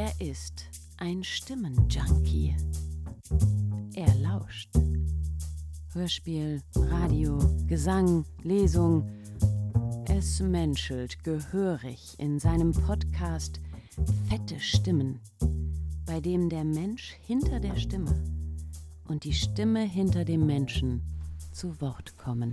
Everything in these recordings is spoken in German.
Er ist ein Stimmenjunkie. Er lauscht. Hörspiel, Radio, Gesang, Lesung. Es menschelt gehörig in seinem Podcast Fette Stimmen, bei dem der Mensch hinter der Stimme und die Stimme hinter dem Menschen zu Wort kommen.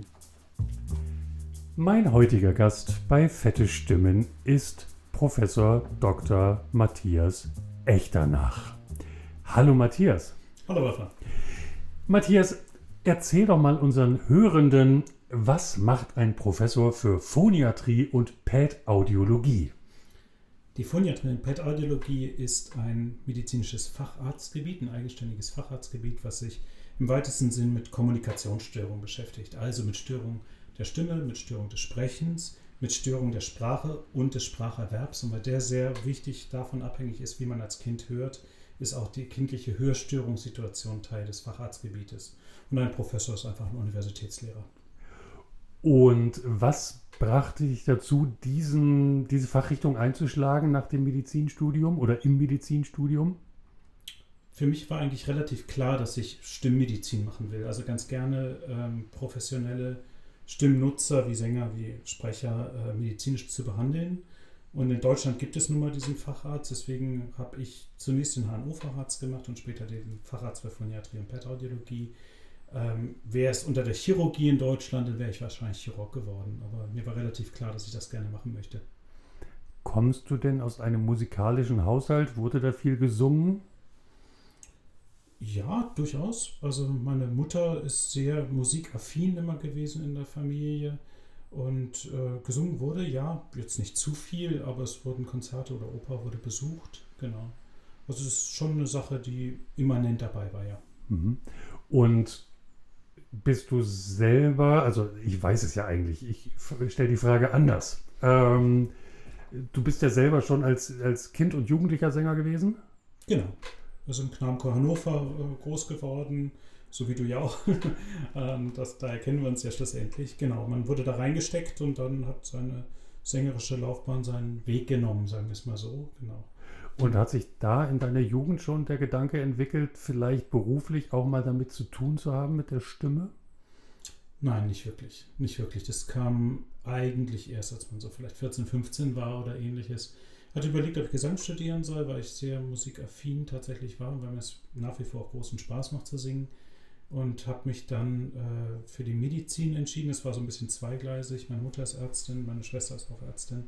Mein heutiger Gast bei Fette Stimmen ist Professor Dr. Matthias Echternach. Hallo Matthias. Hallo Wolfgang. Matthias, erzähl doch mal unseren Hörenden, was macht ein Professor für Phoniatrie und Pädaudiologie? Die Phoniatrie und Pädaudiologie ist ein medizinisches Facharztgebiet, ein eigenständiges Facharztgebiet, was sich im weitesten Sinn mit Kommunikationsstörungen beschäftigt, also mit Störungen der Stimme, mit Störung des Sprechens, mit Störung der Sprache und des Spracherwerbs. Und weil der sehr wichtig davon abhängig ist, wie man als Kind hört, ist auch die kindliche Hörstörungssituation Teil des Facharztgebietes. Und ein Professor ist einfach ein Universitätslehrer. Und was brachte dich dazu, diese Fachrichtung einzuschlagen nach dem Medizinstudium oder im Medizinstudium? Für mich war eigentlich relativ klar, dass ich Stimmmedizin machen will. Also ganz gerne professionelle Stimmnutzer wie Sänger, wie Sprecher medizinisch zu behandeln. Und in Deutschland gibt es nun mal diesen Facharzt, deswegen habe ich zunächst den HNO-Facharzt gemacht und später den Facharzt für Phoniatrie und Pädaudiologie. Wäre es unter der Chirurgie in Deutschland, dann wäre ich wahrscheinlich Chirurg geworden. Aber mir war relativ klar, dass ich das gerne machen möchte. Kommst du denn aus einem musikalischen Haushalt? Wurde da viel gesungen? Ja, durchaus. Also meine Mutter ist sehr musikaffin immer gewesen in der Familie und gesungen wurde, ja, jetzt nicht zu viel, aber es wurden Konzerte oder Oper wurde besucht, genau. Also es ist schon eine Sache, die immanent dabei war, ja. Und bist du selber, also ich weiß es ja eigentlich, ich stelle die Frage anders. Du bist ja selber schon als Kind und Jugendlicher Sänger gewesen? Genau. Also im Knabenchor Hannover groß geworden, so wie du ja auch. Daher kennen wir uns ja schlussendlich. Genau, man wurde da reingesteckt und dann hat seine sängerische Laufbahn seinen Weg genommen, sagen wir es mal so. Genau. Und hat sich da in deiner Jugend schon der Gedanke entwickelt, vielleicht beruflich auch mal damit zu tun zu haben mit der Stimme? Nein, nicht wirklich. Nicht wirklich. Das kam eigentlich erst, als man so vielleicht 14, 15 war oder ähnliches. Ich hatte überlegt, ob ich Gesang studieren soll, weil ich sehr musikaffin tatsächlich war und weil mir es nach wie vor auch großen Spaß macht zu singen. Und habe mich dann für die Medizin entschieden. Es war so ein bisschen zweigleisig. Meine Mutter ist Ärztin, meine Schwester ist auch Ärztin.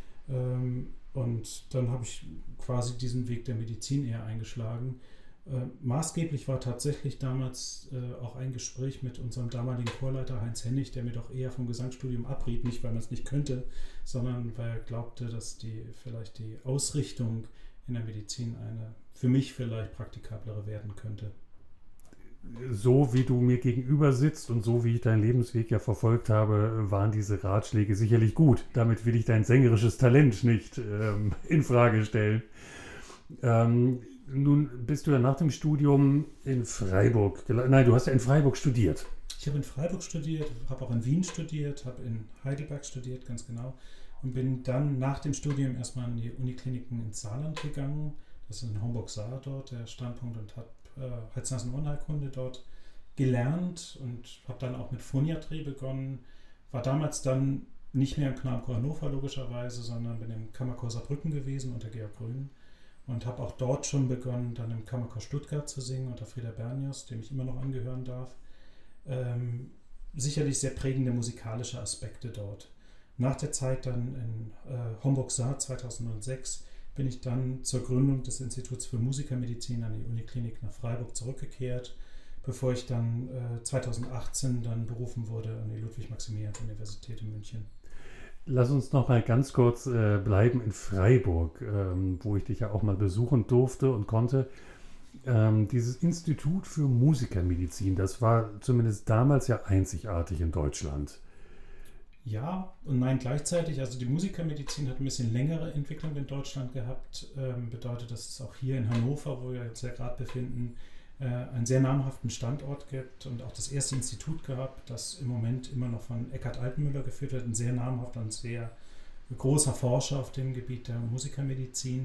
Und dann habe ich quasi diesen Weg der Medizin eher eingeschlagen. Maßgeblich war tatsächlich damals auch ein Gespräch mit unserem damaligen Chorleiter Heinz Hennig, der mir doch eher vom Gesangsstudium abriet, nicht weil man es nicht könnte, sondern weil er glaubte, dass die Ausrichtung in der Medizin eine für mich vielleicht praktikablere werden könnte. So wie du mir gegenüber sitzt und so wie ich deinen Lebensweg ja verfolgt habe, waren diese Ratschläge sicherlich gut. Damit will ich dein sängerisches Talent nicht in Frage stellen. Nun bist du ja nach dem Studium in Freiburg Nein, du hast ja in Freiburg studiert. Ich habe in Freiburg studiert, habe auch in Wien studiert, habe in Heidelberg studiert, ganz genau. Und bin dann nach dem Studium erstmal in die Unikliniken ins Saarland gegangen. Das ist in Homburg-Saar dort der Standpunkt und habe Hals-Nasen-Ohrenheilkunde dort gelernt und habe dann auch mit Phoniatrie begonnen. War damals dann nicht mehr im Knabenchor Hannover logischerweise, sondern bin im Kammerchor Saarbrücken gewesen unter Georg Grün. Und habe auch dort schon begonnen, dann im Kammerchor Stuttgart zu singen unter Frieder Bernius, dem ich immer noch angehören darf. Sicherlich sehr prägende musikalische Aspekte dort. Nach der Zeit dann in Homburg-Saar 2006 bin ich dann zur Gründung des Instituts für Musikermedizin an die Uniklinik nach Freiburg zurückgekehrt, bevor ich dann 2018 dann berufen wurde an die Ludwig-Maximilians-Universität in München. Lass uns noch mal ganz kurz bleiben in Freiburg, wo ich dich ja auch mal besuchen durfte und konnte. Dieses Institut für Musikermedizin, das war zumindest damals ja einzigartig in Deutschland. Ja und nein gleichzeitig. Also die Musikermedizin hat ein bisschen längere Entwicklung in Deutschland gehabt. Bedeutet, dass es auch hier in Hannover, wo wir uns ja gerade befinden, einen sehr namhaften Standort gibt und auch das erste Institut gehabt, das im Moment immer noch von Eckhard Altenmüller geführt wird, ein sehr namhafter und sehr großer Forscher auf dem Gebiet der Musikermedizin.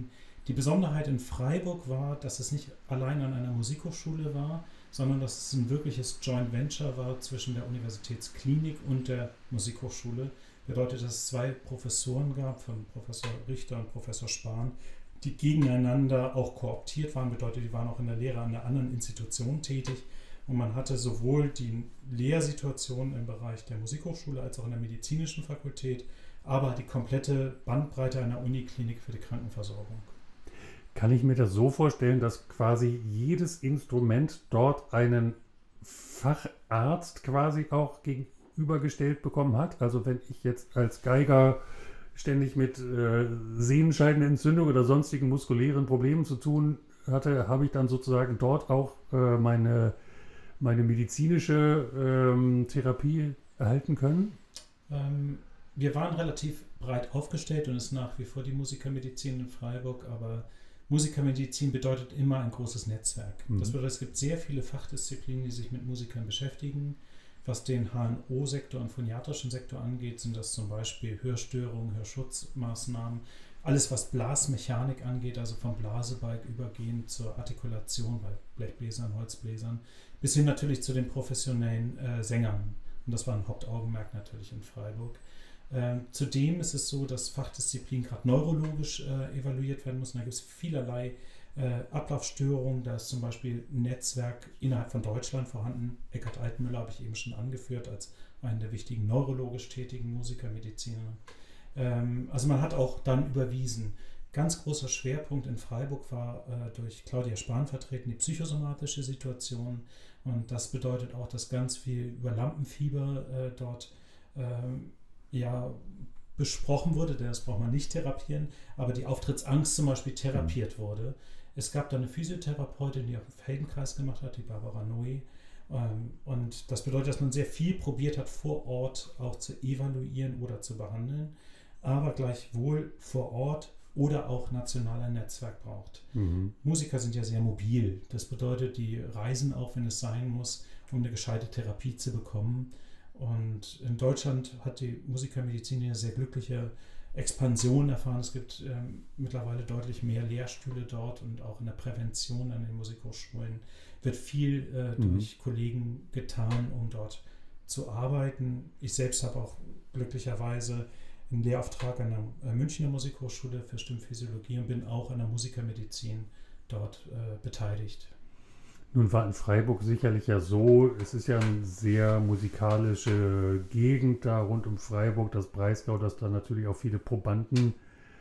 Die Besonderheit in Freiburg war, dass es nicht allein an einer Musikhochschule war, sondern dass es ein wirkliches Joint Venture war zwischen der Universitätsklinik und der Musikhochschule. Bedeutet, dass es 2 Professoren gab, von Professor Richter und Professor Spahn, die gegeneinander auch kooptiert waren. Bedeutet, die waren auch in der Lehre an einer anderen Institution tätig. Und man hatte sowohl die Lehrsituation im Bereich der Musikhochschule als auch in der medizinischen Fakultät, aber die komplette Bandbreite einer Uniklinik für die Krankenversorgung. Kann ich mir das so vorstellen, dass quasi jedes Instrument dort einen Facharzt quasi auch gegenübergestellt bekommen hat? Also wenn ich jetzt als Geiger ständig mit Sehnenscheidenentzündung oder sonstigen muskulären Problemen zu tun hatte, habe ich dann sozusagen dort auch meine medizinische Therapie erhalten können? Wir waren relativ breit aufgestellt und ist nach wie vor die Musikermedizin in Freiburg, aber Musikermedizin bedeutet immer ein großes Netzwerk. Das bedeutet, es gibt sehr viele Fachdisziplinen, die sich mit Musikern beschäftigen. Was den HNO-Sektor und phoniatrischen Sektor angeht, sind das zum Beispiel Hörstörungen, Hörschutzmaßnahmen, alles was Blasmechanik angeht, also vom Blasebalg übergehend zur Artikulation bei Blechbläsern, Holzbläsern, bis hin natürlich zu den professionellen Sängern. Und das war ein Hauptaugenmerk natürlich in Freiburg. Zudem ist es so, dass Fachdisziplinen gerade neurologisch evaluiert werden müssen. Da gibt es vielerlei Ablaufstörungen. Da ist zum Beispiel ein Netzwerk innerhalb von Deutschland vorhanden. Eckhard Altmüller habe ich eben schon angeführt als einen der wichtigen neurologisch tätigen Musikermediziner. Also man hat auch dann überwiesen. Ganz großer Schwerpunkt in Freiburg war durch Claudia Spahn vertreten die psychosomatische Situation. Und das bedeutet auch, dass ganz viel über Lampenfieber dort besprochen wurde, denn das braucht man nicht therapieren, aber die Auftrittsangst zum Beispiel therapiert wurde. Es gab da eine Physiotherapeutin, die auch einen Feldenkreis gemacht hat, die Barbara Noe. Und das bedeutet, dass man sehr viel probiert hat, vor Ort auch zu evaluieren oder zu behandeln, aber gleichwohl vor Ort oder auch national ein Netzwerk braucht. Musiker sind ja sehr mobil. Das bedeutet, die reisen auch, wenn es sein muss, um eine gescheite Therapie zu bekommen. Und in Deutschland hat die Musikermedizin eine sehr glückliche Expansion erfahren. Es gibt mittlerweile deutlich mehr Lehrstühle dort und auch in der Prävention an den Musikhochschulen wird viel durch Kollegen getan, um dort zu arbeiten. Ich selbst habe auch glücklicherweise einen Lehrauftrag an der Münchner Musikhochschule für Stimmphysiologie und bin auch an der Musikermedizin dort beteiligt. Nun war in Freiburg sicherlich ja so, es ist ja eine sehr musikalische Gegend da rund um Freiburg, das Breisgau, dass da natürlich auch viele Probanden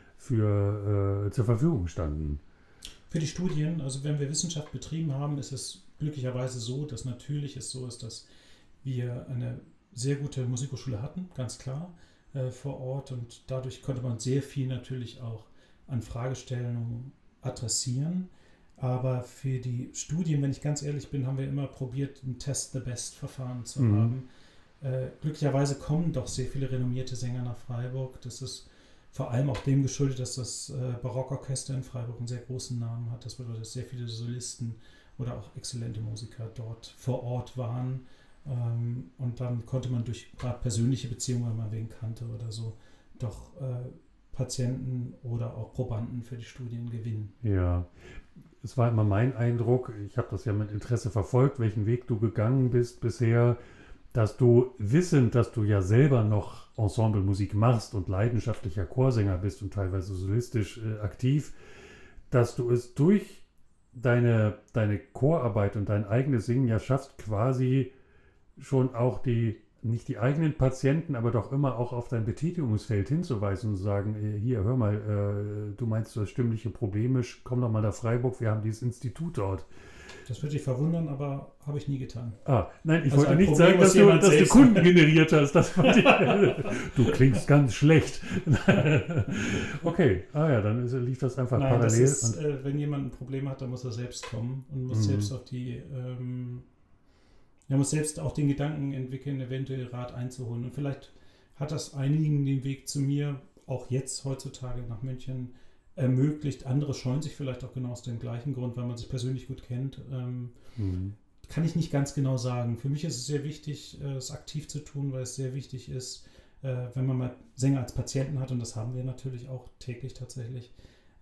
zur Verfügung standen. Für die Studien, also wenn wir Wissenschaft betrieben haben, ist es glücklicherweise so, dass natürlich es so ist, dass wir eine sehr gute Musikhochschule hatten, ganz klar, vor Ort, und dadurch konnte man sehr viel natürlich auch an Fragestellungen adressieren. Aber für die Studien, wenn ich ganz ehrlich bin, haben wir immer probiert, ein Test-the-Best-Verfahren zu haben. Glücklicherweise kommen doch sehr viele renommierte Sänger nach Freiburg. Das ist vor allem auch dem geschuldet, dass das Barockorchester in Freiburg einen sehr großen Namen hat. Das bedeutet, dass sehr viele Solisten oder auch exzellente Musiker dort vor Ort waren. Und dann konnte man durch gerade persönliche Beziehungen, wenn man wen kannte oder so, doch Patienten oder auch Probanden für die Studien gewinnen. Ja, es war immer mein Eindruck, ich habe das ja mit Interesse verfolgt, welchen Weg du gegangen bist bisher, dass du wissend, dass du ja selber noch Ensemblemusik machst und leidenschaftlicher Chorsänger bist und teilweise solistisch aktiv, dass du es durch deine Chorarbeit und dein eigenes Singen ja schaffst, quasi schon auch nicht die eigenen Patienten, aber doch immer auch auf dein Betätigungsfeld hinzuweisen und zu sagen, hier, hör mal, du meinst, du hast stimmliche Probleme, komm doch mal nach Freiburg, wir haben dieses Institut dort. Das würde dich verwundern, aber habe ich nie getan. Nein, ich wollte nicht sagen, dass du Kunden generiert hast. Das du klingst ganz schlecht. Okay, dann lief das einfach parallel. Das ist, wenn jemand ein Problem hat, dann muss er selbst kommen und muss selbst auf er muss selbst auch den Gedanken entwickeln, eventuell Rat einzuholen. Und vielleicht hat das einigen den Weg zu mir, auch jetzt heutzutage nach München, ermöglicht. Andere scheuen sich vielleicht auch genau aus dem gleichen Grund, weil man sich persönlich gut kennt. Kann ich nicht ganz genau sagen. Für mich ist es sehr wichtig, es aktiv zu tun, weil es sehr wichtig ist, wenn man mal Sänger als Patienten hat, und das haben wir natürlich auch täglich tatsächlich,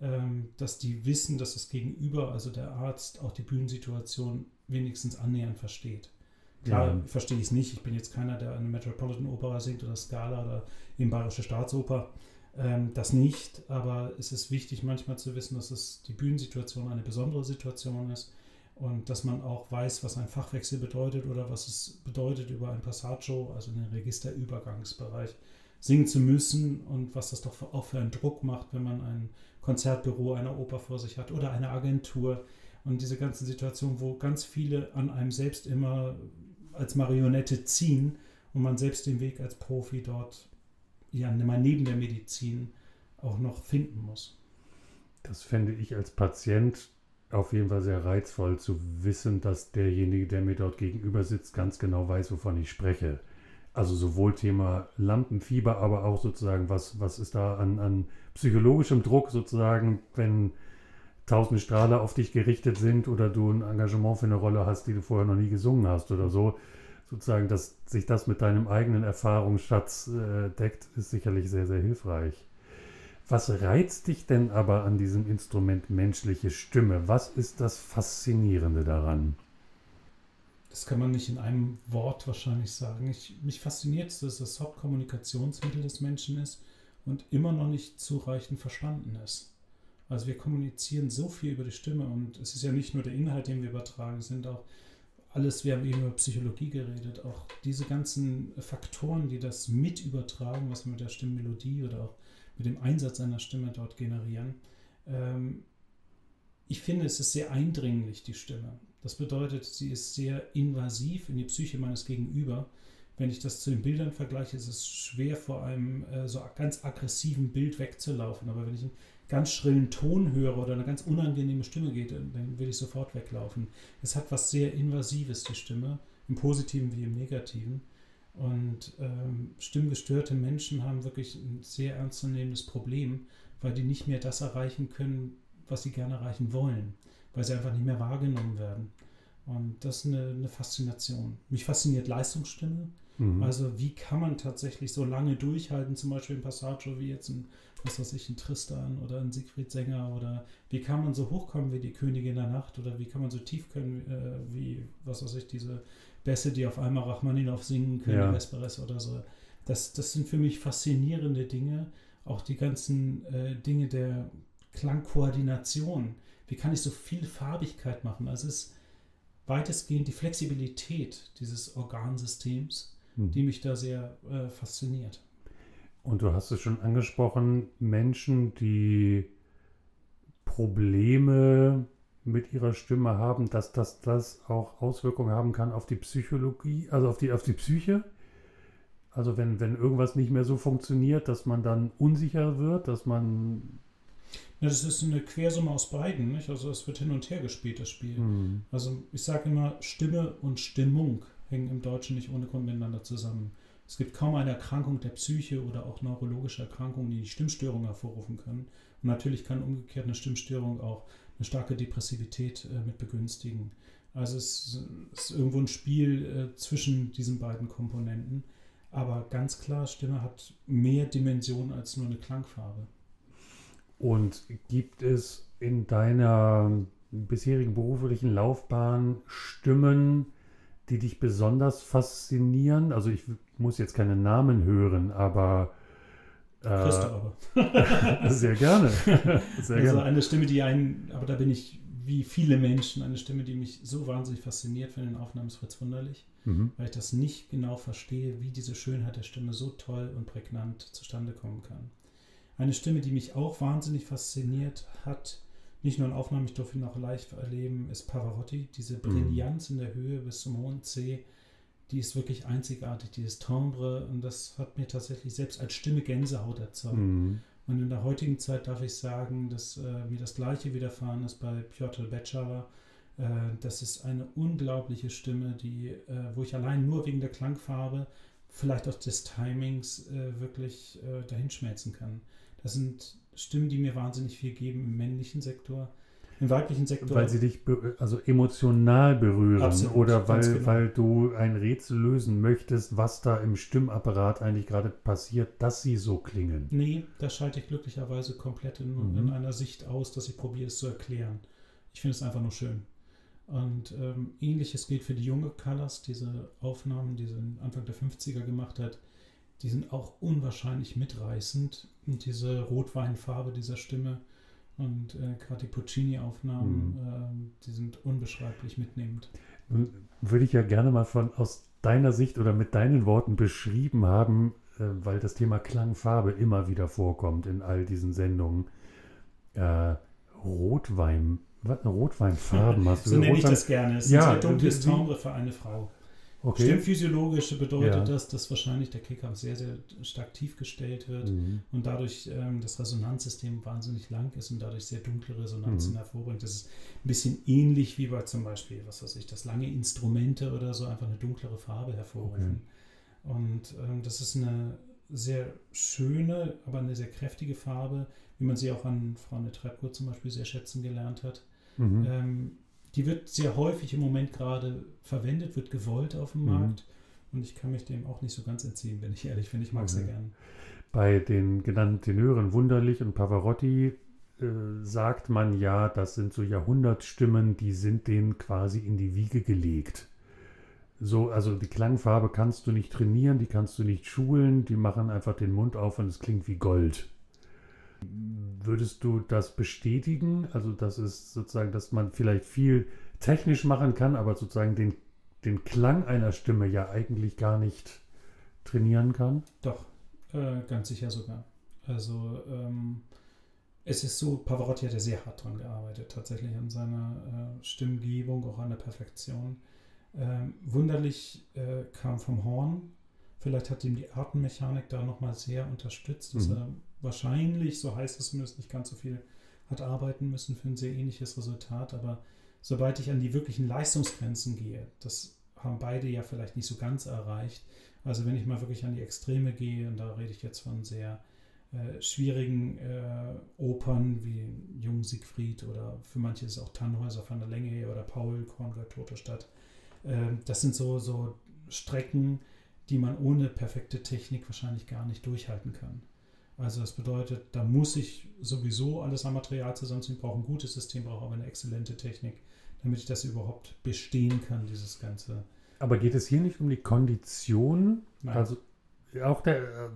dass die wissen, dass das Gegenüber, also der Arzt, auch die Bühnensituation wenigstens annähernd versteht. Klar, verstehe ich es nicht. Ich bin jetzt keiner, der eine Metropolitan Opera singt oder Scala oder eben Bayerische Staatsoper. Das nicht, aber es ist wichtig manchmal zu wissen, dass es die Bühnensituation eine besondere Situation ist und dass man auch weiß, was ein Fachwechsel bedeutet oder was es bedeutet, über ein Passaggio, also den Registerübergangsbereich, singen zu müssen und was das doch auch für einen Druck macht, wenn man ein Konzertbüro einer Oper vor sich hat oder eine Agentur und diese ganzen Situationen, wo ganz viele an einem selbst immer als Marionette ziehen und man selbst den Weg als Profi dort mal neben der Medizin auch noch finden muss. Das fände ich als Patient auf jeden Fall sehr reizvoll, zu wissen, dass derjenige, der mir dort gegenüber sitzt, ganz genau weiß, wovon ich spreche. Also sowohl Thema Lampenfieber, aber auch sozusagen, was ist da an psychologischem Druck sozusagen, wenn 1000 Strahler auf dich gerichtet sind oder du ein Engagement für eine Rolle hast, die du vorher noch nie gesungen hast oder so. Sozusagen, dass sich das mit deinem eigenen Erfahrungsschatz deckt, ist sicherlich sehr, sehr hilfreich. Was reizt dich denn aber an diesem Instrument menschliche Stimme? Was ist das Faszinierende daran? Das kann man nicht in einem Wort wahrscheinlich sagen. Mich fasziniert es, dass das Hauptkommunikationsmittel des Menschen ist und immer noch nicht zureichend verstanden ist. Also wir kommunizieren so viel über die Stimme und es ist ja nicht nur der Inhalt, den wir übertragen, es sind auch alles, wir haben eben über Psychologie geredet, auch diese ganzen Faktoren, die das mit übertragen, was wir mit der Stimmmelodie oder auch mit dem Einsatz einer Stimme dort generieren. Ich finde, es ist sehr eindringlich, die Stimme. Das bedeutet, sie ist sehr invasiv in die Psyche meines Gegenüber. Wenn ich das zu den Bildern vergleiche, ist es schwer, vor einem so ganz aggressiven Bild wegzulaufen. Aber wenn ich einen ganz schrillen Ton höre oder eine ganz unangenehme Stimme geht, dann will ich sofort weglaufen. Es hat was sehr Invasives, die Stimme, im Positiven wie im Negativen. Und stimmgestörte Menschen haben wirklich ein sehr ernstzunehmendes Problem, weil die nicht mehr das erreichen können, was sie gerne erreichen wollen, weil sie einfach nicht mehr wahrgenommen werden. Und das ist eine Faszination. Mich fasziniert Leistungsstimme. Also wie kann man tatsächlich so lange durchhalten, zum Beispiel ein Passaggio wie jetzt ein Tristan oder ein Siegfried Sänger, oder wie kann man so hochkommen wie die Königin der Nacht, oder wie kann man so tief können wie, diese Bässe, die auf einmal Rachmaninow singen können, die Vesperes oder so. Das sind für mich faszinierende Dinge, auch die ganzen Dinge der Klangkoordination. Wie kann ich so viel Farbigkeit machen? Also es ist weitestgehend die Flexibilität dieses Organsystems, die mich da sehr fasziniert. Und du hast es schon angesprochen, Menschen, die Probleme mit ihrer Stimme haben, dass das auch Auswirkungen haben kann auf die Psychologie, also auf die Psyche. Also wenn irgendwas nicht mehr so funktioniert, dass man dann unsicher wird, dass man... Ja, das ist eine Quersumme aus beiden, nicht? Also es wird hin und her gespielt, das Spiel. Also ich sage immer, Stimme und Stimmung hängen im Deutschen nicht ohne Grund miteinander zusammen. Es gibt kaum eine Erkrankung der Psyche oder auch neurologische Erkrankungen, die Stimmstörungen hervorrufen können. Und natürlich kann umgekehrt eine Stimmstörung auch eine starke Depressivität mit begünstigen. Also es ist irgendwo ein Spiel zwischen diesen beiden Komponenten. Aber ganz klar, Stimme hat mehr Dimensionen als nur eine Klangfarbe. Und gibt es in deiner bisherigen beruflichen Laufbahn Stimmen, die dich besonders faszinieren? Also ich muss jetzt keine Namen hören, aber... Christa aber. Sehr gerne. Sehr gerne. Eine Stimme, aber da bin ich wie viele Menschen, eine Stimme, die mich so wahnsinnig fasziniert von den Aufnahmen, ist Fritz Wunderlich, weil ich das nicht genau verstehe, wie diese Schönheit der Stimme so toll und prägnant zustande kommen kann. Eine Stimme, die mich auch wahnsinnig fasziniert hat, nicht nur in Aufnahmen, ich durfte ihn auch live erleben, ist Pavarotti. Diese Brillanz in der Höhe bis zum hohen C, die ist wirklich einzigartig, dieses Timbre, und das hat mir tatsächlich selbst als Stimme Gänsehaut erzeugt. Und in der heutigen Zeit darf ich sagen, dass mir das Gleiche widerfahren ist bei Piotr Beczala. Das ist eine unglaubliche Stimme, wo ich allein nur wegen der Klangfarbe, vielleicht auch des Timings, wirklich dahinschmelzen kann. Das sind Stimmen, die mir wahnsinnig viel geben im männlichen Sektor. Im weiblichen Sektor. Weil sie dich also emotional berühren. Absolut, oder genau. weil du ein Rätsel lösen möchtest, was da im Stimmapparat eigentlich gerade passiert, dass sie so klingen. Nee, das schalte ich glücklicherweise komplett in einer Sicht aus, dass ich probiere es zu erklären. Ich finde es einfach nur schön. Und Ähnliches gilt für die junge Callas, diese Aufnahmen, die sie Anfang der 50er gemacht hat. Die sind auch unwahrscheinlich mitreißend. Und diese Rotweinfarbe dieser Stimme und gerade die Puccini-Aufnahmen, die sind unbeschreiblich mitnehmend. Nun würde ich ja gerne mal aus deiner Sicht oder mit deinen Worten beschrieben haben, weil das Thema Klangfarbe immer wieder vorkommt in all diesen Sendungen. Rotweinfarben hast du. So nenne ich das gerne. Es ist ein sehr dunkles Timbre für eine Frau. Okay. Stimmphysiologisch bedeutet das, dass wahrscheinlich der Kehlkopf sehr, sehr stark tief gestellt wird und dadurch das Resonanzsystem wahnsinnig lang ist und dadurch sehr dunkle Resonanzen hervorbringt. Das ist ein bisschen ähnlich wie bei zum Beispiel, das lange Instrumente oder so einfach eine dunklere Farbe hervorrufen. Okay. Und das ist eine sehr schöne, aber eine sehr kräftige Farbe, wie man sie auch an Frau Netrebko zum Beispiel sehr schätzen gelernt hat. Die wird sehr häufig im Moment gerade verwendet, wird gewollt auf dem Markt. Und ich kann mich dem auch nicht so ganz entziehen, wenn ich ehrlich bin. Ich mag sie gern. Bei den genannten Tenören Wunderlich und Pavarotti sagt man ja, das sind so Jahrhundertstimmen, die sind denen quasi in die Wiege gelegt. So, also die Klangfarbe kannst du nicht trainieren, die kannst du nicht schulen, die machen einfach den Mund auf und es klingt wie Gold. Würdest du das bestätigen? Also das ist sozusagen, dass man vielleicht viel technisch machen kann, aber sozusagen den Klang einer Stimme ja eigentlich gar nicht trainieren kann? Doch, ganz sicher sogar. Also es ist so, Pavarotti hat ja sehr hart dran gearbeitet, tatsächlich an seiner Stimmgebung, auch an der Perfektion. Wunderlich kam vom Horn. Vielleicht hat ihm die Atemmechanik da nochmal sehr unterstützt, dass er wahrscheinlich, so heißt es zumindest, nicht ganz so viel hat arbeiten müssen für ein sehr ähnliches Resultat. Aber sobald ich an die wirklichen Leistungsgrenzen gehe, das haben beide ja vielleicht nicht so ganz erreicht. Also wenn ich mal wirklich an die Extreme gehe, und da rede ich jetzt von sehr schwierigen Opern wie Jung Siegfried oder für manche ist es auch Tannhäuser von der Länge her oder Paul, Korngold, Tote Stadt. Das sind so Strecken, die man ohne perfekte Technik wahrscheinlich gar nicht durchhalten kann. Also das bedeutet, da muss ich sowieso alles am Material zusammenziehen, brauche ein gutes System, brauche aber eine exzellente Technik, damit ich das überhaupt bestehen kann, dieses Ganze. Aber geht es hier nicht um die Kondition? Nein. Also auch der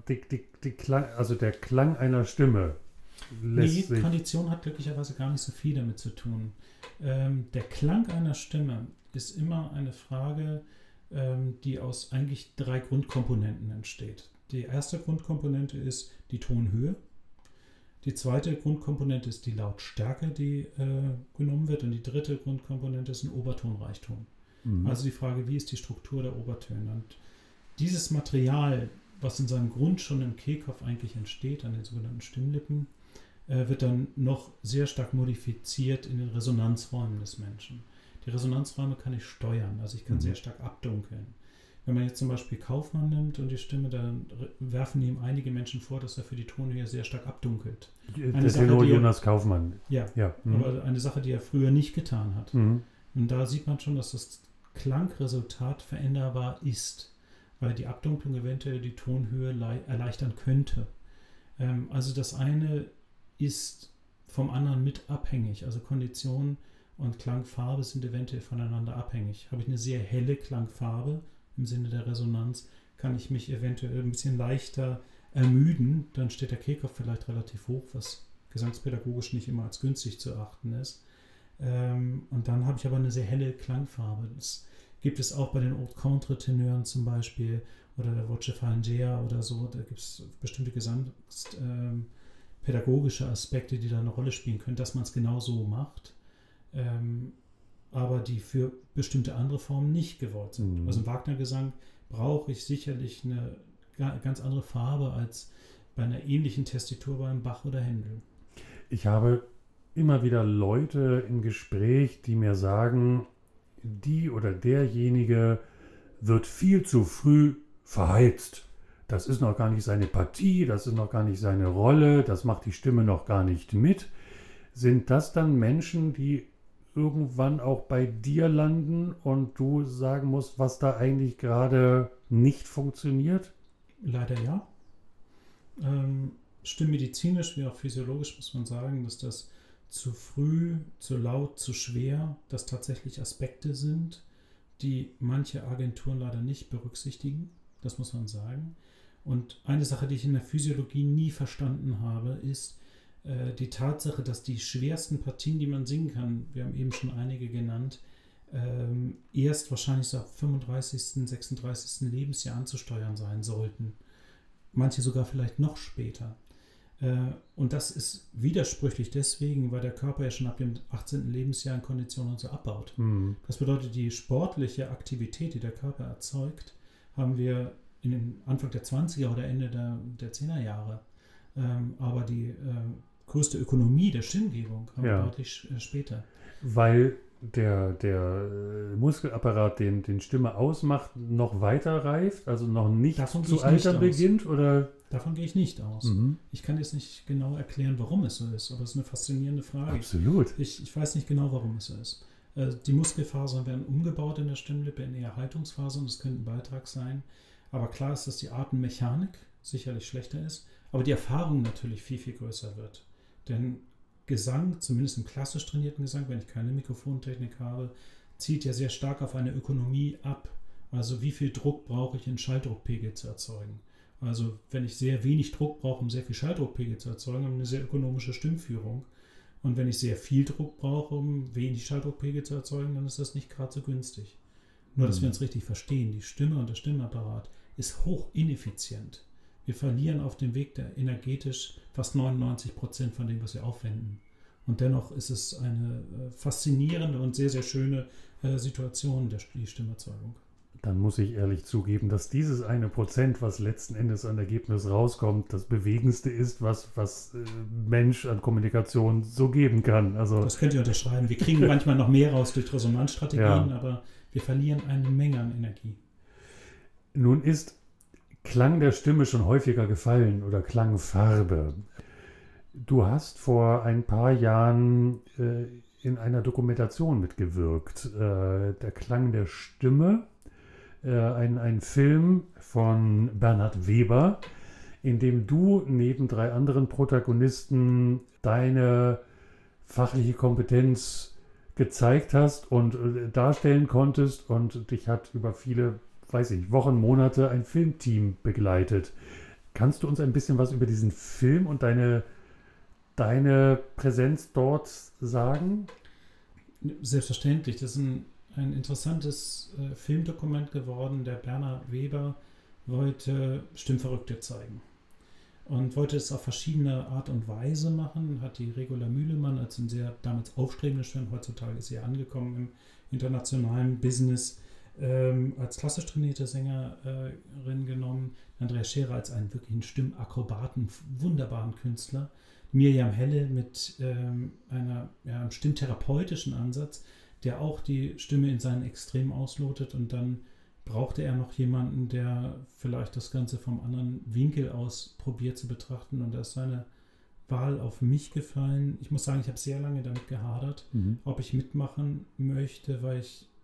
Klang einer Stimme lässt sich... Kondition hat glücklicherweise gar nicht so viel damit zu tun. Der Klang einer Stimme ist immer eine Frage, die aus eigentlich 3 Grundkomponenten entsteht. Die erste Grundkomponente ist die Tonhöhe. Die zweite Grundkomponente ist die Lautstärke, die genommen wird. Und die dritte Grundkomponente ist ein Obertonreichtum. Also die Frage, wie ist die Struktur der Obertöne? Und dieses Material, was in seinem Grund schon im Kehlkopf eigentlich entsteht, an den sogenannten Stimmlippen, wird dann noch sehr stark modifiziert in den Resonanzräumen des Menschen. Die Resonanzräume kann ich steuern, also ich kann sehr stark abdunkeln. Wenn man jetzt zum Beispiel Kaufmann nimmt und die Stimme, dann werfen ihm einige Menschen vor, dass er für die Tonhöhe sehr stark abdunkelt. Der Tenor Jonas Kaufmann. Ja. Aber eine Sache, die er früher nicht getan hat. Und da sieht man schon, dass das Klangresultat veränderbar ist, weil die Abdunklung eventuell die Tonhöhe erleichtern könnte. Also das eine ist vom anderen mit abhängig, also Kondition und Klangfarbe sind eventuell voneinander abhängig. Habe ich eine sehr helle Klangfarbe im Sinne der Resonanz, kann ich mich eventuell ein bisschen leichter ermüden. Dann steht der Kehlkopf vielleicht relativ hoch, was gesangspädagogisch nicht immer als günstig zu erachten ist. Und dann habe ich aber eine sehr helle Klangfarbe. Das gibt es auch bei den Haute-Contre-Tenören zum Beispiel oder der Voce Farangea oder so. Da gibt es bestimmte gesamtpädagogische Aspekte, die da eine Rolle spielen können, dass man es genau so macht. Aber die für bestimmte andere Formen nicht gewollt sind. Also im Wagner-Gesang brauche ich sicherlich eine ganz andere Farbe als bei einer ähnlichen Tessitur beim Bach oder Händel. Ich habe immer wieder Leute im Gespräch, die mir sagen, die oder derjenige wird viel zu früh verheizt. Das ist noch gar nicht seine Partie, das ist noch gar nicht seine Rolle, das macht die Stimme noch gar nicht mit. Sind das dann Menschen, die irgendwann auch bei dir landen und du sagen musst, was da eigentlich gerade nicht funktioniert? Leider ja. Stimmmedizinisch wie auch physiologisch muss man sagen, dass das zu früh, zu laut, zu schwer, dass tatsächlich Aspekte sind, die manche Agenturen leider nicht berücksichtigen. Das muss man sagen. Und eine Sache, die ich in der Physiologie nie verstanden habe, ist die Tatsache, dass die schwersten Partien, die man singen kann, wir haben eben schon einige genannt, erst wahrscheinlich so ab 35., 36. Lebensjahr anzusteuern sein sollten. Manche sogar vielleicht noch später. Und das ist widersprüchlich deswegen, weil der Körper ja schon ab dem 18. Lebensjahr in Kondition und so abbaut. Mhm. Das bedeutet, die sportliche Aktivität, die der Körper erzeugt, haben wir in den Anfang der 20er oder Ende der 10er Jahre. Aber die größte Ökonomie der Stimmgebung haben wir deutlich später. Weil der Muskelapparat, den Stimme ausmacht, noch weiter reift, also noch nicht zu altern beginnt? Oder? Davon gehe ich nicht aus. Mhm. Ich kann jetzt nicht genau erklären, warum es so ist, aber es ist eine faszinierende Frage. Absolut. Ich weiß nicht genau, warum es so ist. Die Muskelfasern werden umgebaut in der Stimmlippe in eher Haltungsfasern, das könnte ein Beitrag sein. Aber klar ist, dass die Atemmechanik sicherlich schlechter ist, aber die Erfahrung natürlich viel, viel größer wird. Denn Gesang, zumindest im klassisch trainierten Gesang, wenn ich keine Mikrofontechnik habe, zielt ja sehr stark auf eine Ökonomie ab. Also wie viel Druck brauche ich, einen Schalldruckpegel zu erzeugen? Also wenn ich sehr wenig Druck brauche, um sehr viel Schalldruckpegel zu erzeugen, habe ich eine sehr ökonomische Stimmführung. Und wenn ich sehr viel Druck brauche, um wenig Schalldruckpegel zu erzeugen, dann ist das nicht gerade so günstig. Nur, dass wir uns richtig verstehen, die Stimme und der Stimmapparat ist hoch ineffizient. Wir verlieren auf dem Weg der energetisch fast 99% von dem, was wir aufwenden. Und dennoch ist es eine faszinierende und sehr, sehr schöne Situation, die Stimmerzeugung. Dann muss ich ehrlich zugeben, dass dieses 1%, was letzten Endes an Ergebnis rauskommt, das Bewegendste ist, was Mensch an Kommunikation so geben kann. Also, das könnt ihr unterschreiben. Wir kriegen manchmal noch mehr raus durch Resonanzstrategien, aber wir verlieren eine Menge an Energie. Nun ist Klang der Stimme schon häufiger gefallen oder Klangfarbe. Du hast vor ein paar Jahren in einer Dokumentation mitgewirkt, der Klang der Stimme, ein Film von Bernhard Weber, in dem du neben 3 anderen Protagonisten deine fachliche Kompetenz gezeigt hast und darstellen konntest, und dich hat über viele, Wochen, Monate ein Filmteam begleitet. Kannst du uns ein bisschen was über diesen Film und deine Präsenz dort sagen? Selbstverständlich. Das ist ein interessantes Filmdokument geworden. Der Bernhard Weber wollte Stimmverrückte zeigen und wollte es auf verschiedene Art und Weise machen. Hat die Regula Mühlemann als ein sehr damals aufstrebende Stimme, heutzutage ist sie angekommen im internationalen Business, als klassisch trainierte Sängerin genommen. Andreas Scherer als einen wirklichen Stimmakrobaten, wunderbaren Künstler. Mirjam Helle mit einem stimmtherapeutischen Ansatz, der auch die Stimme in seinen Extremen auslotet, und dann brauchte er noch jemanden, der vielleicht das Ganze vom anderen Winkel aus probiert zu betrachten, und da ist seine Wahl auf mich gefallen. Ich muss sagen, ich habe sehr lange damit gehadert, ob ich mitmachen möchte, weil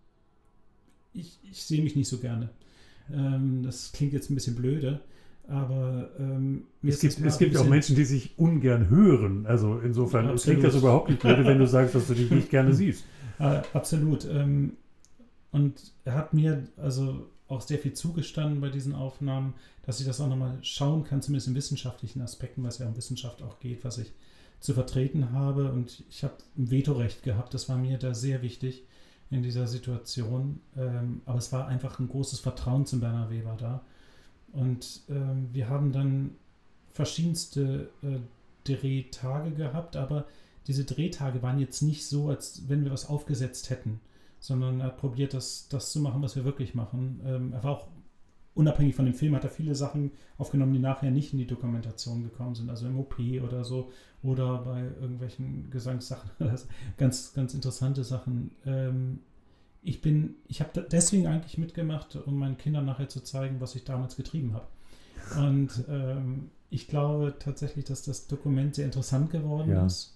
ich sehe mich nicht so gerne. Das klingt jetzt ein bisschen blöde, aber es gibt auch Menschen, die sich ungern hören. Also insofern klingt das überhaupt nicht blöde, wenn du sagst, dass du dich nicht gerne siehst. Absolut. Und er hat mir also auch sehr viel zugestanden bei diesen Aufnahmen, dass ich das auch nochmal schauen kann, zumindest in wissenschaftlichen Aspekten, was ja um Wissenschaft auch geht, was ich zu vertreten habe. Und ich habe ein Vetorecht gehabt, das war mir da sehr wichtig in dieser Situation. Aber es war einfach ein großes Vertrauen zum Bernhard Weber da. Und wir haben dann verschiedenste Drehtage gehabt, aber diese Drehtage waren jetzt nicht so, als wenn wir was aufgesetzt hätten, sondern er hat probiert, das zu machen, was wir wirklich machen. Er war auch, unabhängig von dem Film, hat er viele Sachen aufgenommen, die nachher nicht in die Dokumentation gekommen sind, also im OP oder so, oder bei irgendwelchen Gesangssachen, ganz, ganz interessante Sachen. Ich habe deswegen eigentlich mitgemacht, um meinen Kindern nachher zu zeigen, was ich damals getrieben habe. Und ich glaube tatsächlich, dass das Dokument sehr interessant geworden ist.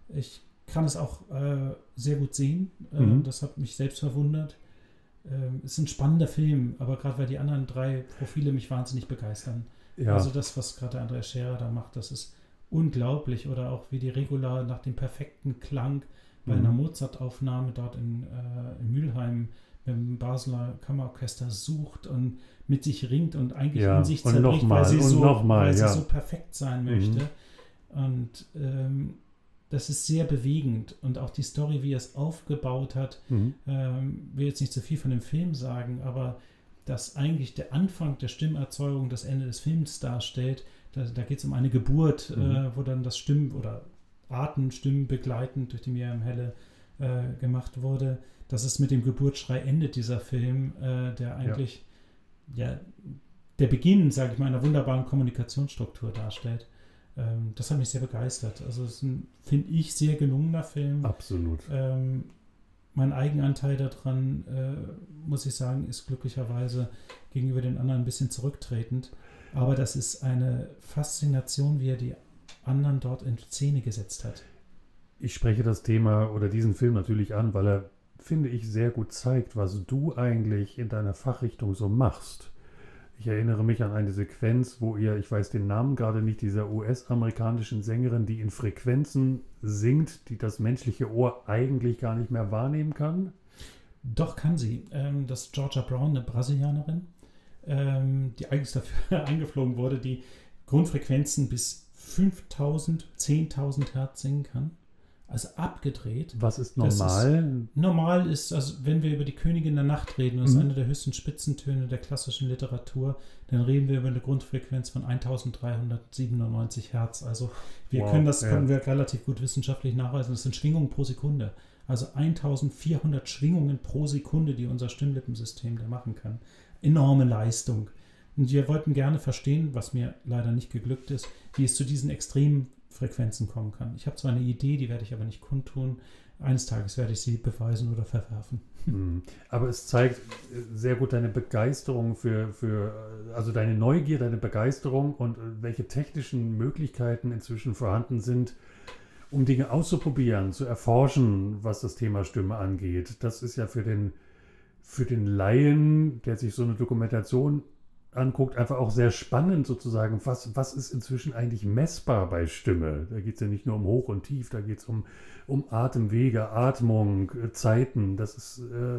Ich kann es auch sehr gut sehen. Das hat mich selbst verwundert. Es ist ein spannender Film, aber gerade weil die anderen 3 Profile mich wahnsinnig begeistern. Ja. Also das, was gerade der Andreas Scherer da macht, das ist unglaublich. Oder auch wie die Regula nach dem perfekten Klang bei einer Mozart-Aufnahme dort in Mülheim mit dem Basler Kammerorchester sucht und mit sich ringt und eigentlich in sich zerbricht, weil sie so perfekt sein möchte. Und das ist sehr bewegend. Und auch die Story, wie er es aufgebaut hat, will jetzt nicht zu viel von dem Film sagen, aber dass eigentlich der Anfang der Stimmerzeugung das Ende des Films darstellt. Da geht es um eine Geburt, wo dann das Atemstimmen begleitend durch die Miriam Helle gemacht wurde. Dass es mit dem Geburtsschrei endet, dieser Film, der eigentlich der Beginn, sage ich mal, einer wunderbaren Kommunikationsstruktur darstellt. Das hat mich sehr begeistert. Also es ist ein, finde ich, sehr gelungener Film. Absolut. Mein Eigenanteil daran, muss ich sagen, ist glücklicherweise gegenüber den anderen ein bisschen zurücktretend. Aber das ist eine Faszination, wie er die anderen dort in Szene gesetzt hat. Ich spreche das Thema oder diesen Film natürlich an, weil er, finde ich, sehr gut zeigt, was du eigentlich in deiner Fachrichtung so machst. Ich erinnere mich an eine Sequenz, wo ihr, ich weiß den Namen gerade nicht, dieser US-amerikanischen Sängerin, die in Frequenzen singt, die das menschliche Ohr eigentlich gar nicht mehr wahrnehmen kann. Doch kann sie. Das ist Georgia Brown, eine Brasilianerin, die eigentlich dafür eingeflogen wurde, die Grundfrequenzen bis 5.000, 10.000 Hertz singen kann. Also abgedreht. Was ist normal? Normal ist, also wenn wir über die Königin der Nacht reden, das ist eine der höchsten Spitzentöne der klassischen Literatur, dann reden wir über eine Grundfrequenz von 1.397 Hertz. Also können wir relativ gut wissenschaftlich nachweisen. Das sind Schwingungen pro Sekunde. Also 1.400 Schwingungen pro Sekunde, die unser Stimmlippensystem da machen kann. Enorme Leistung. Und wir wollten gerne verstehen, was mir leider nicht geglückt ist, wie es zu diesen extremen Frequenzen kommen kann. Ich habe zwar eine Idee, die werde ich aber nicht kundtun. Eines Tages werde ich sie beweisen oder verwerfen. Aber es zeigt sehr gut deine Begeisterung also deine Neugier, deine Begeisterung und welche technischen Möglichkeiten inzwischen vorhanden sind, um Dinge auszuprobieren, zu erforschen, was das Thema Stimme angeht. Das ist ja für den Laien, der sich so eine Dokumentation anguckt, einfach auch sehr spannend sozusagen, was ist inzwischen eigentlich messbar bei Stimme. Da geht es ja nicht nur um Hoch und Tief, da geht es um Atemwege, Atmung, Zeiten. Das ist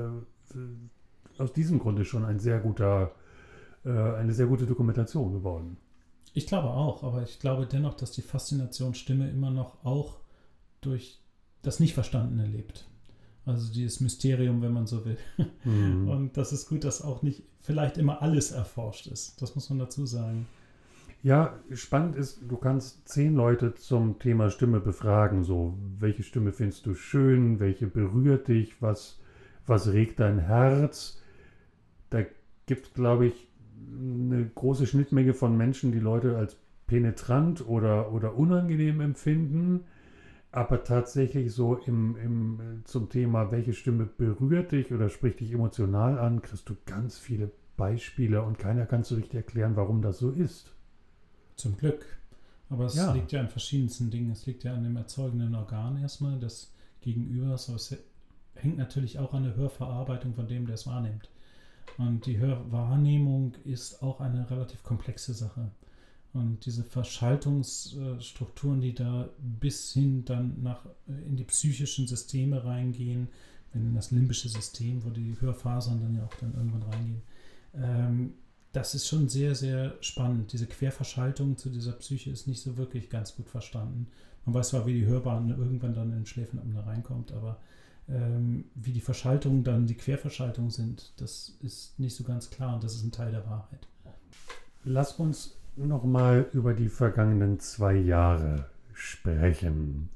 aus diesem Grunde schon eine sehr gute Dokumentation geworden. Ich glaube auch, aber ich glaube dennoch, dass die Faszination Stimme immer noch auch durch das Nicht-Verstandene lebt. Also dieses Mysterium, wenn man so will. Und das ist gut, dass auch nicht vielleicht immer alles erforscht ist. Das muss man dazu sagen. Ja, spannend ist, du kannst 10 Leute zum Thema Stimme befragen. So, welche Stimme findest du schön? Welche berührt dich? Was regt dein Herz? Da gibt es, glaube ich, eine große Schnittmenge von Menschen, die Leute als penetrant oder unangenehm empfinden. Aber tatsächlich so zum Thema, welche Stimme berührt dich oder spricht dich emotional an, kriegst du ganz viele Beispiele und keiner kann so richtig erklären, warum das so ist. Zum Glück. Aber es liegt ja an verschiedensten Dingen. Es liegt ja an dem erzeugenden Organ erstmal, des Gegenübers, aber es hängt natürlich auch an der Hörverarbeitung von dem, der es wahrnimmt. Und die Hörwahrnehmung ist auch eine relativ komplexe Sache. Und diese Verschaltungsstrukturen, die da bis hin dann in die psychischen Systeme reingehen, in das limbische System, wo die Hörfasern dann ja auch dann irgendwann reingehen, das ist schon sehr, sehr spannend. Diese Querverschaltung zu dieser Psyche ist nicht so wirklich ganz gut verstanden. Man weiß zwar, wie die Hörbahn irgendwann dann in den Schläfen da reinkommt, aber wie die Verschaltungen dann, die Querverschaltungen sind, das ist nicht so ganz klar und das ist ein Teil der Wahrheit. Lass uns nochmal über die vergangenen 2 Jahre sprechen.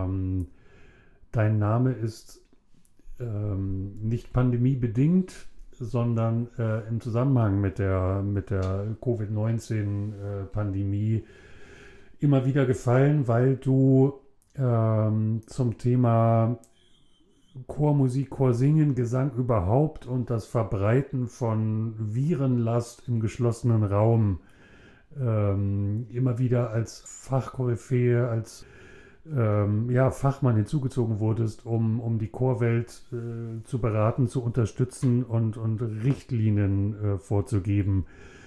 Dein Name ist nicht pandemiebedingt, sondern im Zusammenhang mit der Covid-19-Pandemie immer wieder gefallen, weil du zum Thema Chormusik, Chorsingen, Gesang überhaupt und das Verbreiten von Virenlast im geschlossenen Raum immer wieder als Fachkoryphäe, als Fachmann hinzugezogen wurdest, um die Chorwelt zu beraten, zu unterstützen und Richtlinien vorzugeben.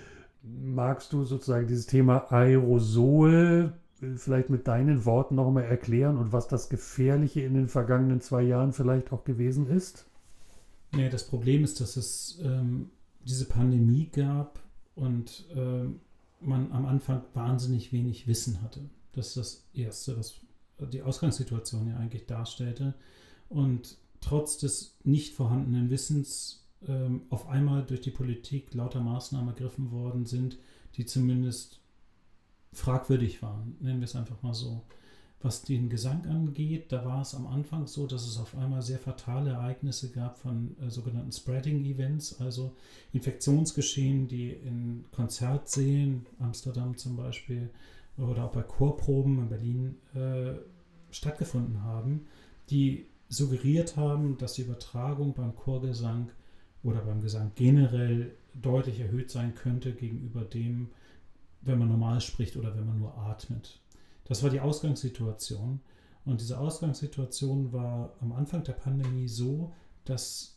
Magst du sozusagen dieses Thema Aerosol vielleicht mit deinen Worten noch mal erklären und was das Gefährliche in den vergangenen 2 Jahren vielleicht auch gewesen ist? Nee, das Problem ist, dass es diese Pandemie gab und man am Anfang wahnsinnig wenig Wissen hatte. Das ist das Erste, was die Ausgangssituation ja eigentlich darstellte. Und trotz des nicht vorhandenen Wissens auf einmal durch die Politik lauter Maßnahmen ergriffen worden sind, die zumindest fragwürdig waren, nennen wir es einfach mal so. Was den Gesang angeht, da war es am Anfang so, dass es auf einmal sehr fatale Ereignisse gab von sogenannten Spreading-Events, also Infektionsgeschehen, die in Konzertsälen, Amsterdam zum Beispiel, oder auch bei Chorproben in Berlin stattgefunden haben, die suggeriert haben, dass die Übertragung beim Chorgesang oder beim Gesang generell deutlich erhöht sein könnte gegenüber dem, wenn man normal spricht oder wenn man nur atmet. Das war die Ausgangssituation. Und diese Ausgangssituation war am Anfang der Pandemie so, dass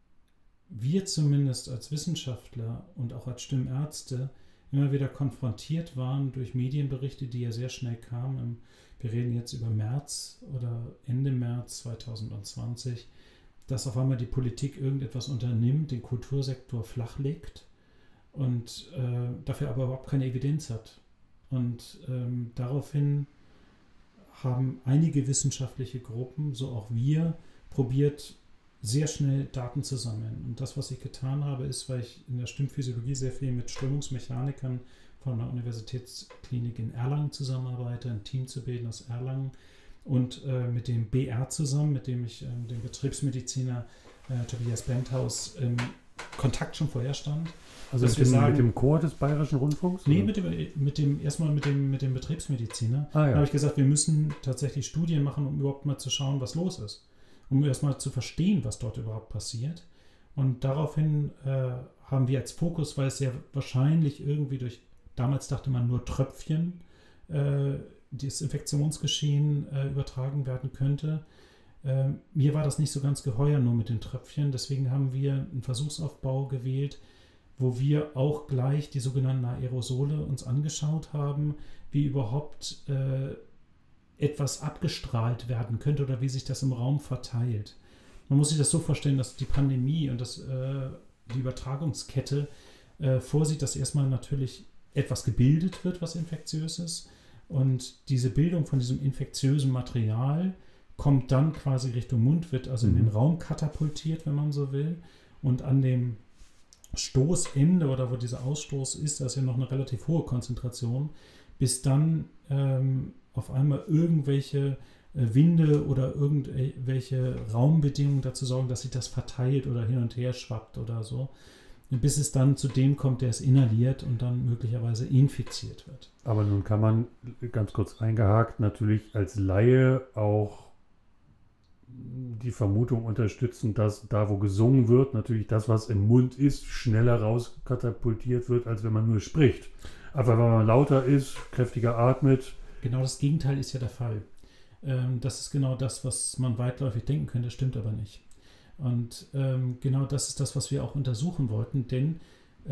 wir zumindest als Wissenschaftler und auch als Stimmärzte immer wieder konfrontiert waren durch Medienberichte, die ja sehr schnell kamen. Wir reden jetzt über März oder Ende März 2020, dass auf einmal die Politik irgendetwas unternimmt, den Kultursektor flachlegt und dafür aber überhaupt keine Evidenz hat. Und daraufhin haben einige wissenschaftliche Gruppen, so auch wir, probiert, sehr schnell Daten zu sammeln. Und das, was ich getan habe, ist, weil ich in der Stimmphysiologie sehr viel mit Strömungsmechanikern von der Universitätsklinik in Erlangen zusammenarbeite, ein Team zu bilden aus Erlangen und mit dem BR zusammen, mit dem ich dem Betriebsmediziner Tobias Benthaus Kontakt schon vorher stand. Also mit dem Chor des Bayerischen Rundfunks? Nee, mit dem Betriebsmediziner. Da habe ich gesagt, wir müssen tatsächlich Studien machen, um überhaupt mal zu schauen, was los ist. Um erstmal zu verstehen, was dort überhaupt passiert. Und daraufhin haben wir als Fokus, weil es ja wahrscheinlich irgendwie durch, damals dachte man nur Tröpfchen, das Infektionsgeschehen übertragen werden könnte. Mir war das nicht so ganz geheuer, nur mit den Tröpfchen. Deswegen haben wir einen Versuchsaufbau gewählt, wo wir auch gleich die sogenannten Aerosole uns angeschaut haben, wie überhaupt etwas abgestrahlt werden könnte oder wie sich das im Raum verteilt. Man muss sich das so vorstellen, dass die Pandemie und die Übertragungskette vorsieht, dass erstmal natürlich etwas gebildet wird, was infektiös ist. Und diese Bildung von diesem infektiösen Material kommt dann quasi Richtung Mund, wird also in den Raum katapultiert, wenn man so will. Und an dem Stoßende oder wo dieser Ausstoß ist, da ist ja noch eine relativ hohe Konzentration, bis dann auf einmal irgendwelche Winde oder irgendwelche Raumbedingungen dazu sorgen, dass sich das verteilt oder hin und her schwappt oder so, bis es dann zu dem kommt, der es inhaliert und dann möglicherweise infiziert wird. Aber nun kann man, ganz kurz eingehakt, natürlich als Laie auch die Vermutung unterstützen, dass da, wo gesungen wird, natürlich das, was im Mund ist, schneller rauskatapultiert wird, als wenn man nur spricht. Aber wenn man lauter ist, kräftiger atmet. Genau das Gegenteil ist ja der Fall. Das ist genau das, was man weitläufig denken könnte, stimmt aber nicht. Und genau das ist das, was wir auch untersuchen wollten, denn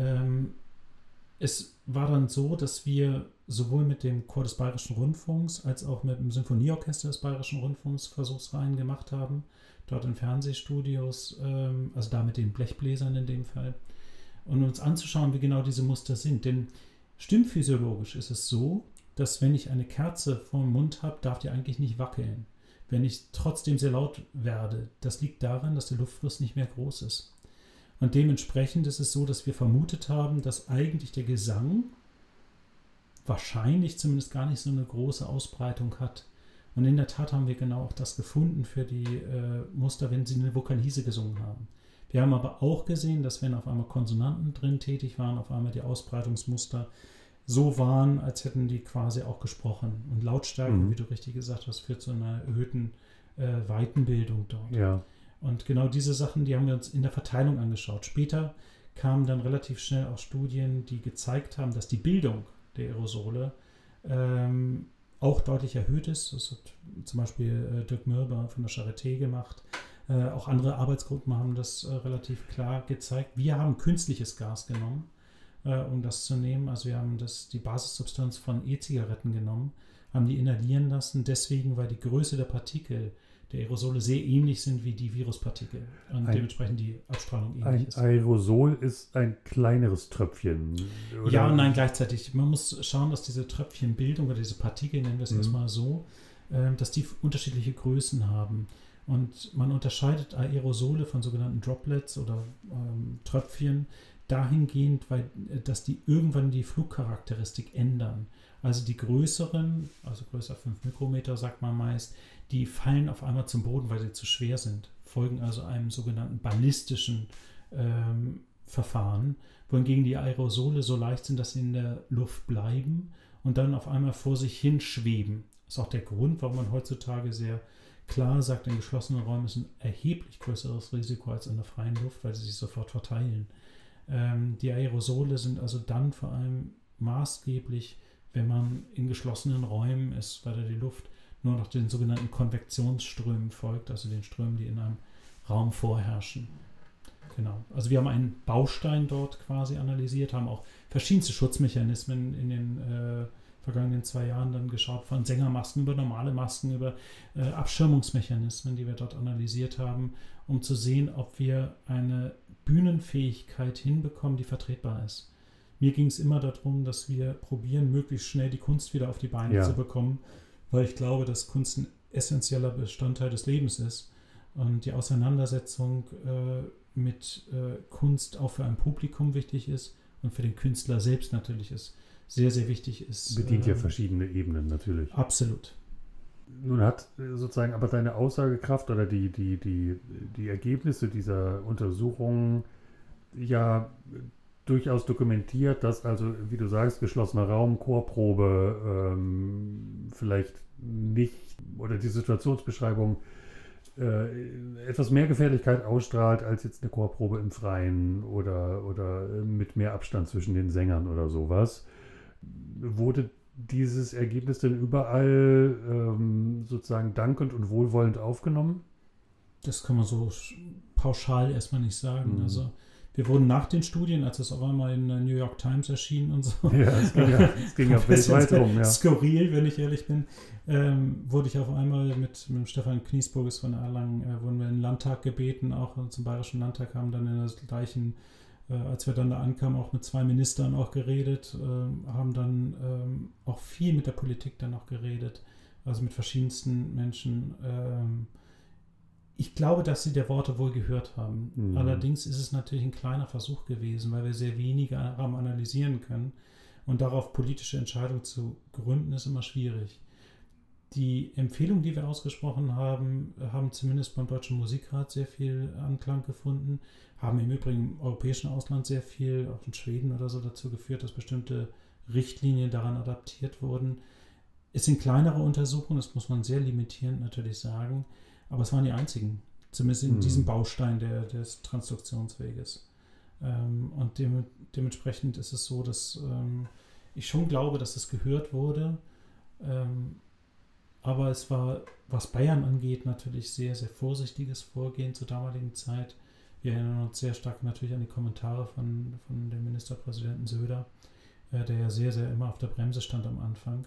es war dann so, dass wir sowohl mit dem Chor des Bayerischen Rundfunks als auch mit dem Symphonieorchester des Bayerischen Rundfunks Versuchsreihen gemacht haben, dort in Fernsehstudios, also da mit den Blechbläsern in dem Fall, und uns anzuschauen, wie genau diese Muster sind. Denn stimmphysiologisch ist es so, dass wenn ich eine Kerze vor dem Mund habe, darf die eigentlich nicht wackeln. Wenn ich trotzdem sehr laut werde, das liegt daran, dass der Luftfluss nicht mehr groß ist. Und dementsprechend ist es so, dass wir vermutet haben, dass eigentlich der Gesang wahrscheinlich zumindest gar nicht so eine große Ausbreitung hat. Und in der Tat haben wir genau auch das gefunden für die Muster, wenn sie eine Vokalise gesungen haben. Wir haben aber auch gesehen, dass wenn auf einmal Konsonanten drin tätig waren, auf einmal die Ausbreitungsmuster so waren, als hätten die quasi auch gesprochen. Und Lautstärke, wie du richtig gesagt hast, führt zu einer erhöhten Weitenbildung dort. Ja. Und genau diese Sachen, die haben wir uns in der Verteilung angeschaut. Später kamen dann relativ schnell auch Studien, die gezeigt haben, dass die Bildung der Aerosole auch deutlich erhöht ist. Das hat zum Beispiel Dirk Mürber von der Charité gemacht. Auch andere Arbeitsgruppen haben das relativ klar gezeigt. Wir haben künstliches Gas genommen, um das zu nehmen. Also wir haben die Basissubstanz von E-Zigaretten genommen, haben die inhalieren lassen, deswegen, weil die Größe der Partikel, der Aerosole, sehr ähnlich sind wie die Viruspartikel und dementsprechend die Abstrahlung ähnlich ist. Ein Aerosol ist ein kleineres Tröpfchen. Oder? Ja und nein gleichzeitig. Man muss schauen, dass diese Tröpfchenbildung oder diese Partikel, nennen wir es erstmal so, dass die unterschiedliche Größen haben. Und man unterscheidet Aerosole von sogenannten Droplets oder Tröpfchen dahingehend, dass die irgendwann die Flugcharakteristik ändern. Also die größeren, also größer 5 Mikrometer sagt man meist, die fallen auf einmal zum Boden, weil sie zu schwer sind, folgen also einem sogenannten ballistischen Verfahren, wohingegen die Aerosole so leicht sind, dass sie in der Luft bleiben und dann auf einmal vor sich hin schweben. Das ist auch der Grund, warum man heutzutage sehr klar sagt, in geschlossenen Räumen ist ein erheblich größeres Risiko als in der freien Luft, weil sie sich sofort verteilen. Die Aerosole sind also dann vor allem maßgeblich, wenn man in geschlossenen Räumen ist, weil da die Luft nur noch den sogenannten Konvektionsströmen folgt, also den Strömen, die in einem Raum vorherrschen. Genau. Also wir haben einen Baustein dort quasi analysiert, haben auch verschiedenste Schutzmechanismen in den vergangenen 2 Jahren dann geschaut, von Sängermasken über normale Masken, über Abschirmungsmechanismen, die wir dort analysiert haben, um zu sehen, ob wir eine Bühnenfähigkeit hinbekommen, die vertretbar ist. Mir ging es immer darum, dass wir probieren, möglichst schnell die Kunst wieder auf die Beine zu bekommen, weil ich glaube, dass Kunst ein essentieller Bestandteil des Lebens ist und die Auseinandersetzung mit Kunst auch für ein Publikum wichtig ist und für den Künstler selbst natürlich ist sehr, sehr wichtig ist. Bedient ja verschiedene Ebenen natürlich. Absolut. Nun hat sozusagen aber deine Aussagekraft oder die Ergebnisse dieser Untersuchungen ja durchaus dokumentiert, dass also, wie du sagst, geschlossener Raum, Chorprobe vielleicht nicht oder die Situationsbeschreibung etwas mehr Gefährlichkeit ausstrahlt als jetzt eine Chorprobe im Freien oder mit mehr Abstand zwischen den Sängern oder sowas. Wurde dieses Ergebnis denn überall sozusagen dankend und wohlwollend aufgenommen? Das kann man so pauschal erstmal nicht sagen. Also wir wurden nach den Studien, als es auf einmal in der New York Times erschien und so. Ja, es ging ja weltweit rum. Ja. Skurril, wenn ich ehrlich bin. Wurde ich auf einmal mit Stefan Kniesburgis von Erlangen, wurden wir in den Landtag gebeten, auch zum Bayerischen Landtag, haben dann in der gleichen, als wir dann da ankamen, auch mit 2 Ministern auch geredet, haben dann auch viel mit der Politik dann auch geredet, also mit verschiedensten Menschen. Ich glaube, dass sie der Worte wohl gehört haben. Mhm. Allerdings ist es natürlich ein kleiner Versuch gewesen, weil wir sehr wenige haben analysieren können. Und darauf politische Entscheidungen zu gründen, ist immer schwierig. Die Empfehlungen, die wir ausgesprochen haben, haben zumindest beim Deutschen Musikrat sehr viel Anklang gefunden, haben im Übrigen im europäischen Ausland sehr viel, auch in Schweden oder so, dazu geführt, dass bestimmte Richtlinien daran adaptiert wurden. Es sind kleinere Untersuchungen, das muss man sehr limitierend natürlich sagen, aber es waren die einzigen, zumindest in diesem Baustein des Transduktionsweges. Und dementsprechend ist es so, dass ich schon glaube, dass es gehört wurde. Aber es war, was Bayern angeht, natürlich sehr, sehr vorsichtiges Vorgehen zur damaligen Zeit. Wir erinnern uns sehr stark natürlich an die Kommentare von dem Ministerpräsidenten Söder, der ja sehr, sehr immer auf der Bremse stand am Anfang.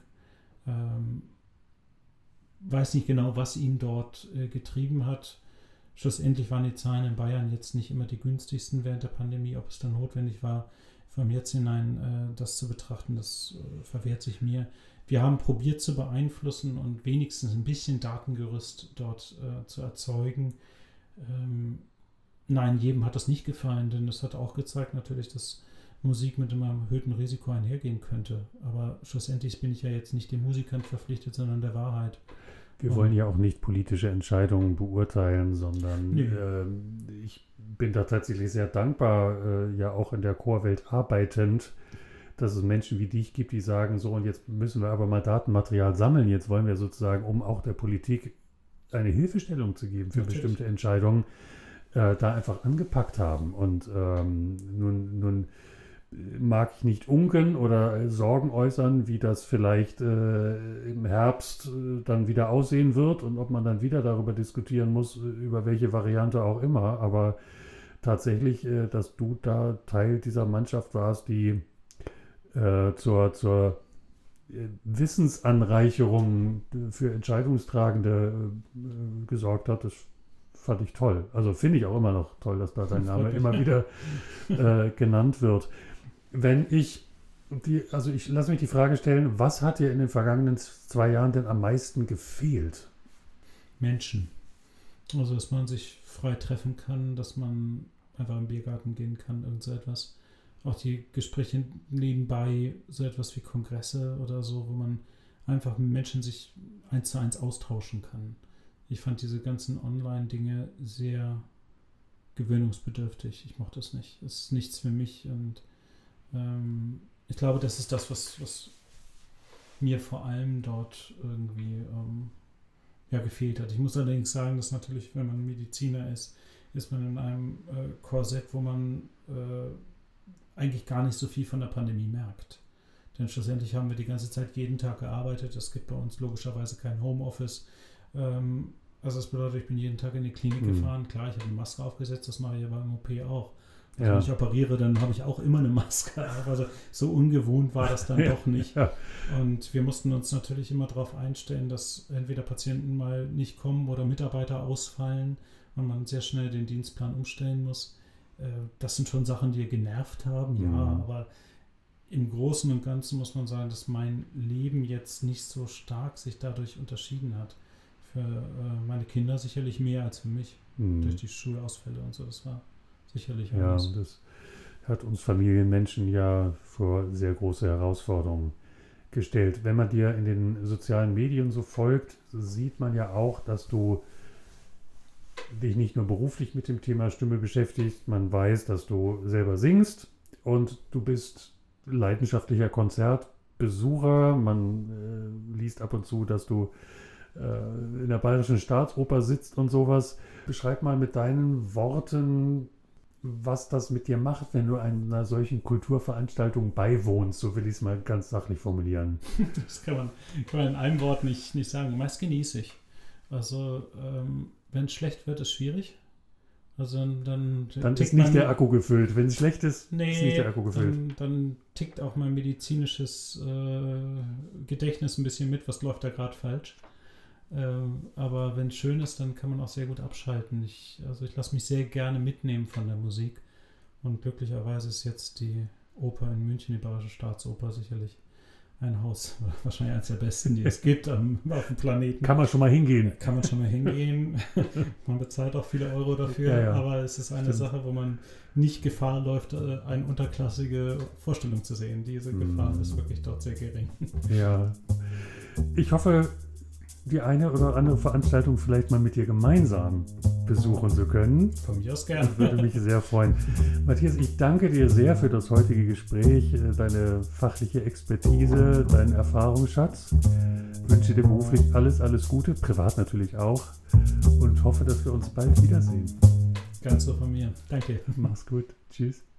Weiß nicht genau, was ihn dort getrieben hat. Schlussendlich waren die Zahlen in Bayern jetzt nicht immer die günstigsten während der Pandemie. Ob es dann notwendig war, vom Jetzt hinein das zu betrachten, das verwehrt sich mir. Wir haben probiert zu beeinflussen und wenigstens ein bisschen Datengerüst dort zu erzeugen. Nein, jedem hat das nicht gefallen, denn es hat auch gezeigt natürlich, dass Musik mit einem erhöhten Risiko einhergehen könnte. Aber schlussendlich bin ich ja jetzt nicht den Musikern verpflichtet, sondern der Wahrheit. Wir wollen ja auch nicht politische Entscheidungen beurteilen, sondern ich bin da tatsächlich sehr dankbar, ja auch in der Chorwelt arbeitend, dass es Menschen wie dich gibt, die sagen, so und jetzt müssen wir aber mal Datenmaterial sammeln. Jetzt wollen wir sozusagen, um auch der Politik eine Hilfestellung zu geben für bestimmte Entscheidungen, da einfach angepackt haben. Und nun mag ich nicht unken oder Sorgen äußern, wie das vielleicht im Herbst dann wieder aussehen wird und ob man dann wieder darüber diskutieren muss, über welche Variante auch immer. Aber tatsächlich, dass du da Teil dieser Mannschaft warst, die zur Wissensanreicherung für Entscheidungstragende gesorgt hat, das fand ich toll. Also finde ich auch immer noch toll, dass da dein Name immer wieder genannt wird. Ich lasse mich die Frage stellen, was hat dir in den vergangenen 2 Jahren denn am meisten gefehlt? Menschen. Also, dass man sich frei treffen kann, dass man einfach im Biergarten gehen kann, irgend so etwas. Auch die Gespräche nebenbei, so etwas wie Kongresse oder so, wo man einfach mit Menschen sich 1:1 austauschen kann. Ich fand diese ganzen Online-Dinge sehr gewöhnungsbedürftig. Ich mochte das nicht. Es ist nichts für mich und ich glaube, das ist das, was mir vor allem dort irgendwie gefehlt hat. Ich muss allerdings sagen, dass natürlich, wenn man Mediziner ist man in einem Korsett, wo man eigentlich gar nicht so viel von der Pandemie merkt. Denn schlussendlich haben wir die ganze Zeit jeden Tag gearbeitet. Es gibt bei uns logischerweise kein Homeoffice. Also das bedeutet, ich bin jeden Tag in die Klinik gefahren. Klar, ich habe eine Maske aufgesetzt, das mache ich aber im OP auch. Also wenn ich operiere, dann habe ich auch immer eine Maske auf. Also so ungewohnt war das dann doch nicht. Ja. Und wir mussten uns natürlich immer darauf einstellen, dass entweder Patienten mal nicht kommen oder Mitarbeiter ausfallen und man sehr schnell den Dienstplan umstellen muss. Das sind schon Sachen, die genervt haben, aber im Großen und Ganzen muss man sagen, dass mein Leben jetzt nicht so stark sich dadurch unterschieden hat. Für meine Kinder sicherlich mehr als für mich, durch die Schulausfälle und so, das war sicherlich anders. Ja, das hat uns Familienmenschen ja vor sehr große Herausforderungen gestellt. Wenn man dir in den sozialen Medien so folgt, sieht man ja auch, dass du dich nicht nur beruflich mit dem Thema Stimme beschäftigst, man weiß, dass du selber singst und du bist leidenschaftlicher Konzertbesucher. Man liest ab und zu, dass du in der Bayerischen Staatsoper sitzt und sowas. Beschreib mal mit deinen Worten, was das mit dir macht, wenn du einer solchen Kulturveranstaltung beiwohnst, so will ich es mal ganz sachlich formulieren. Das kann man in einem Wort nicht sagen. Meist genieße ich. Also wenn es schlecht wird, ist schwierig. Also dann ist nicht der Akku gefüllt. Wenn es schlecht ist, ist nicht der Akku gefüllt. Dann tickt auch mein medizinisches Gedächtnis ein bisschen mit, was läuft da gerade falsch. Aber wenn es schön ist, dann kann man auch sehr gut abschalten. Ich lasse mich sehr gerne mitnehmen von der Musik. Und glücklicherweise ist jetzt die Oper in München, die Bayerische Staatsoper, sicherlich ein Haus, wahrscheinlich eines der besten, die es gibt auf dem Planeten. Kann man schon mal hingehen. Man bezahlt auch viele Euro dafür, aber es ist eine Sache, wo man nicht Gefahr läuft, eine unterklassige Vorstellung zu sehen. Diese Gefahr ist wirklich dort sehr gering. Ja, ich hoffe, die eine oder andere Veranstaltung vielleicht mal mit dir gemeinsam besuchen zu können. Von mir aus gerne. Das würde mich sehr freuen. Matthias, ich danke dir sehr für das heutige Gespräch, deine fachliche Expertise, deinen Erfahrungsschatz. Ich wünsche dir beruflich alles Gute, privat natürlich auch und hoffe, dass wir uns bald wiedersehen. Ganz so von mir. Danke. Mach's gut. Tschüss.